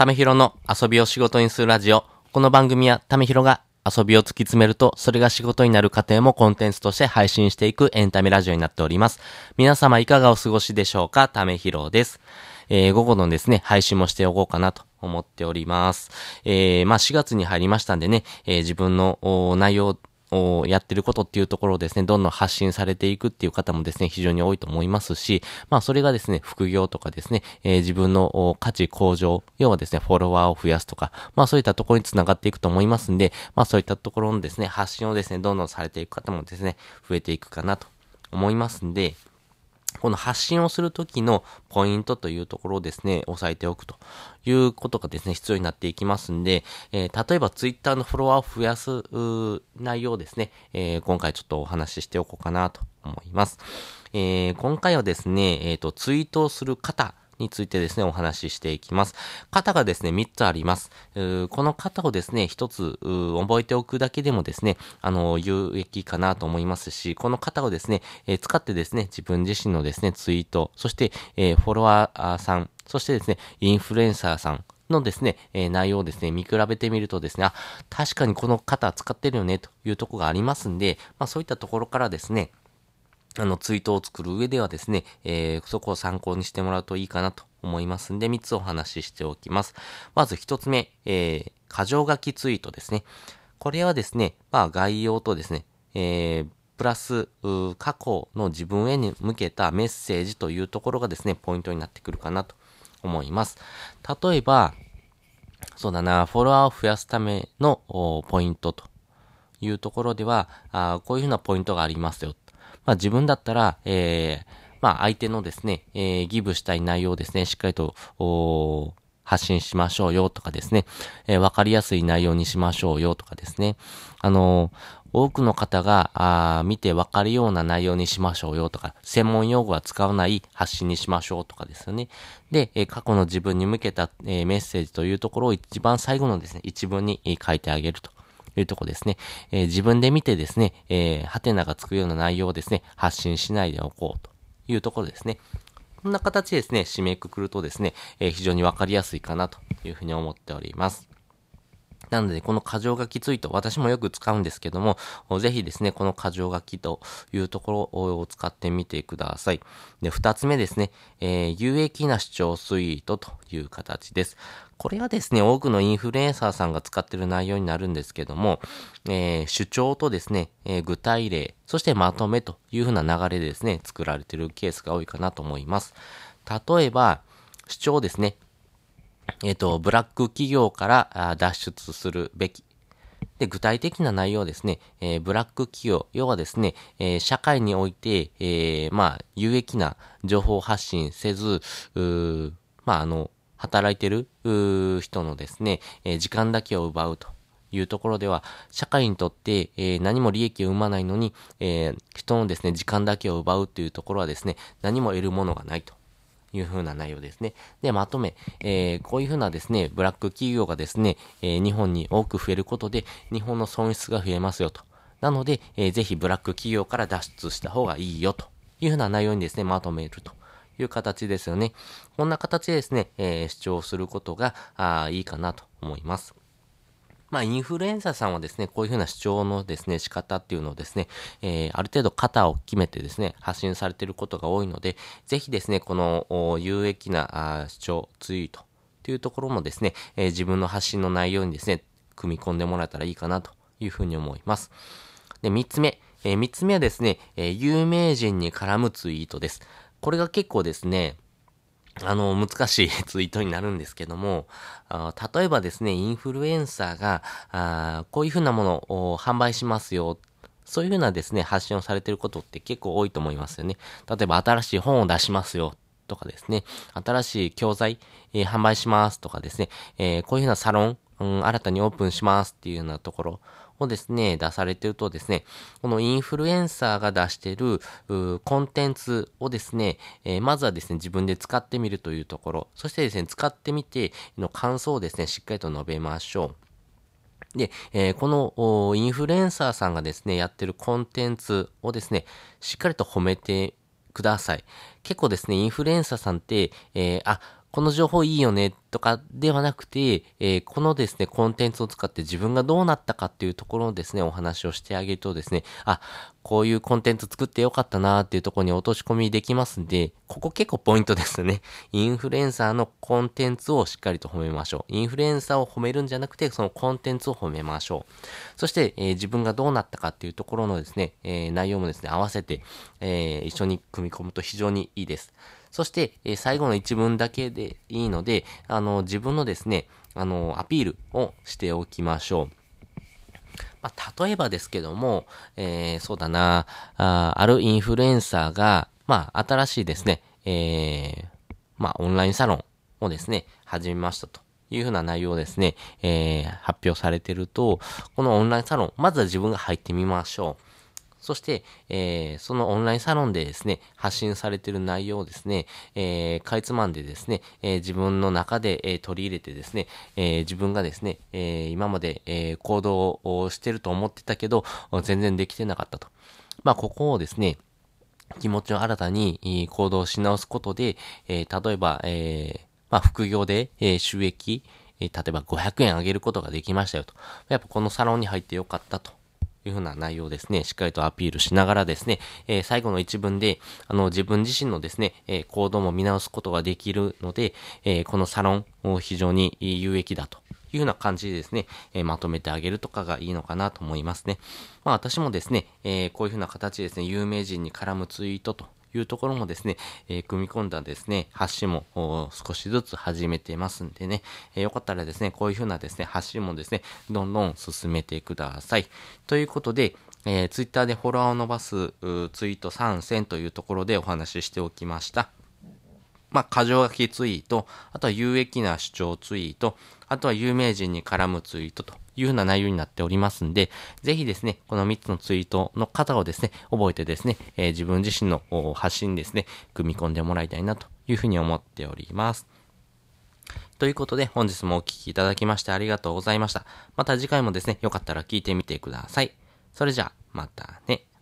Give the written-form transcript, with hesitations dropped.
ためひろの遊びを仕事にするラジオ。この番組はためひろが遊びを突き詰めると、それが仕事になる過程もコンテンツとして配信していくエンタメラジオになっております。皆様いかがお過ごしでしょうか？ためひろです。午後のですね、配信もしておこうかなと思っております。4月に入りましたんでね、自分の内容をやってることっていうところをですね、どんどん発信されていくっていう方もですね、非常に多いと思いますし、それがですね、副業とかですね、自分の価値向上、要はですね、フォロワーを増やすとか、そういったところにつながっていくと思いますんで、そういったところのですね、発信をですね、どんどんされていく方もですね、増えていくかなと思いますんで、この発信をするときのポイントというところをですね、押さえておくということがですね、必要になっていきますんで、例えばツイッターのフォロワーを増やす内容をですね、今回ちょっとお話ししておこうかなと思います。今回はですね、ツイートをする方についてですね、お話ししていきます。型がですね、3つあります。この型をですね、1つ覚えておくだけでもですね、有益かなと思いますし、この型をですね、使ってですね、自分自身のですね、ツイート、そして、フォロワーさん、そしてですね、インフルエンサーさんのですね、内容をですね、見比べてみるとですね、確かにこの型使ってるよね、というところがありますんで、そういったところからですね、ツイートを作る上ではですね、そこを参考にしてもらうといいかなと思いますんで、3つお話ししておきます。まず1つ目、箇条書きツイートですね。これはですね、概要とですね、プラス、過去の自分へに向けたメッセージというところがですね、ポイントになってくるかなと思います。例えば、そうだな、フォロワーを増やすためのポイントというところでは、こういうふうなポイントがありますよ。自分だったら、相手のですね、ギブしたい内容をですね、しっかりと、発信しましょうよとかですね、わかりやすい内容にしましょうよとかですね、多くの方が、見てわかるような内容にしましょうよとか、専門用語は使わない発信にしましょうとかですよね。で、過去の自分に向けた、メッセージというところを一番最後のですね、一文に書いてあげるというところですね。自分で見てですね、ハテナがつくような内容をですね、発信しないでおこうというところですね。こんな形でですね、締めくくるとですね、非常にわかりやすいかなというふうに思っております。なので、この箇条書きツイート、私もよく使うんですけども、ぜひですね、この箇条書きというところを使ってみてください。で、二つ目ですね、有益な主張ツイートという形です。これはですね、多くのインフルエンサーさんが使っている内容になるんですけども、主張とですね、具体例、そしてまとめというふうな流れでですね、作られているケースが多いかなと思います。例えば、主張ですね。ブラック企業から脱出するべき。で、具体的な内容ですね、ブラック企業、要はですね、社会において、有益な情報発信せず、働いてる人のですね、時間だけを奪うというところでは、社会にとって、何も利益を生まないのに、人のですね、時間だけを奪うというところはですね、何も得るものがないと。いう風な内容ですね。で、まとめ、こういう風なですね、ブラック企業がですね、日本に多く増えることで、日本の損失が増えますよと。なので、ぜひブラック企業から脱出した方がいいよという風な内容にですね、まとめるという形ですよね。こんな形でですね、主張することがいいかなと思います。インフルエンサーさんはですね、こういうふうな主張のですね、仕方っていうのをですね、ある程度型を決めてですね、発信されていることが多いので、ぜひですね、この有益な主張、ツイートというところもですね、自分の発信の内容にですね、組み込んでもらえたらいいかなというふうに思います。で、三つ目はですね、有名人に絡むツイートです。これが結構ですね、難しいツイートになるんですけども、例えばですね、インフルエンサーが、こういうふうなものを販売しますよ。そういうふうなですね、発信をされていることって結構多いと思いますよね。例えば、新しい本を出しますよ。とかですね、新しい教材、販売しますとかですね、こういうふうなサロン、新たにオープンしますっていうようなところをですね、出されてるとですね、このインフルエンサーが出しているコンテンツをですね、まずはですね、自分で使ってみるというところ、そしてですね、使ってみての感想をですね、しっかりと述べましょう。で、このインフルエンサーさんがですね、やってるコンテンツをですね、しっかりと褒めてください。結構ですね、インフルエンサーさんって、 この情報いいよねとかではなくて、このですね、コンテンツを使って自分がどうなったかっていうところをですね、お話をしてあげるとですね、こういうコンテンツ作ってよかったなーっていうところに落とし込みできますんで、ここ結構ポイントですね。インフルエンサーのコンテンツをしっかりと褒めましょう。インフルエンサーを褒めるんじゃなくて、そのコンテンツを褒めましょう。そして、自分がどうなったかっていうところのですね、内容もですね、合わせて、一緒に組み込むと非常にいいです。そして、最後の一文だけでいいので、自分のですね、アピールをしておきましょう。例えばですけども、そうだな、あるインフルエンサーが、新しいですね、オンラインサロンをですね、始めましたというふうな内容をですね、発表されていると、このオンラインサロン、まずは自分が入ってみましょう。そして、そのオンラインサロンでですね、発信されている内容をですね、かいつまんでですね、自分の中で、取り入れてですね、自分がですね、今まで、行動をしてると思ってたけど、全然できてなかったと。ここをですね、気持ちを新たに行動し直すことで、例えば、副業で、収益、例えば500円上げることができましたよと。やっぱこのサロンに入ってよかったと。いうふうな内容をですね、しっかりとアピールしながらですね、最後の一文で、自分自身のですね、行動も見直すことができるので、このサロンを非常に有益だというふうな感じでですね、まとめてあげるとかがいいのかなと思いますね。私もですね、こういうふうな形でですね、有名人に絡むツイートというところもですね、組み込んだですね、発信も少しずつ始めてますんでね、よかったらですね、こういう風なですね、発信もですね、どんどん進めてください。ということで、ツイッターでフォロワーを伸ばすツイート参戦というところでお話ししておきました。箇条書きツイート、あとは有益な主張ツイート、あとは有名人に絡むツイートというふうな内容になっておりますんで、ぜひですね、この3つのツイートの方をですね、覚えてですね、自分自身の発信にですね、組み込んでもらいたいなというふうに思っております。ということで、本日もお聞きいただきましてありがとうございました。また次回もですね、よかったら聞いてみてください。それじゃあ、またね。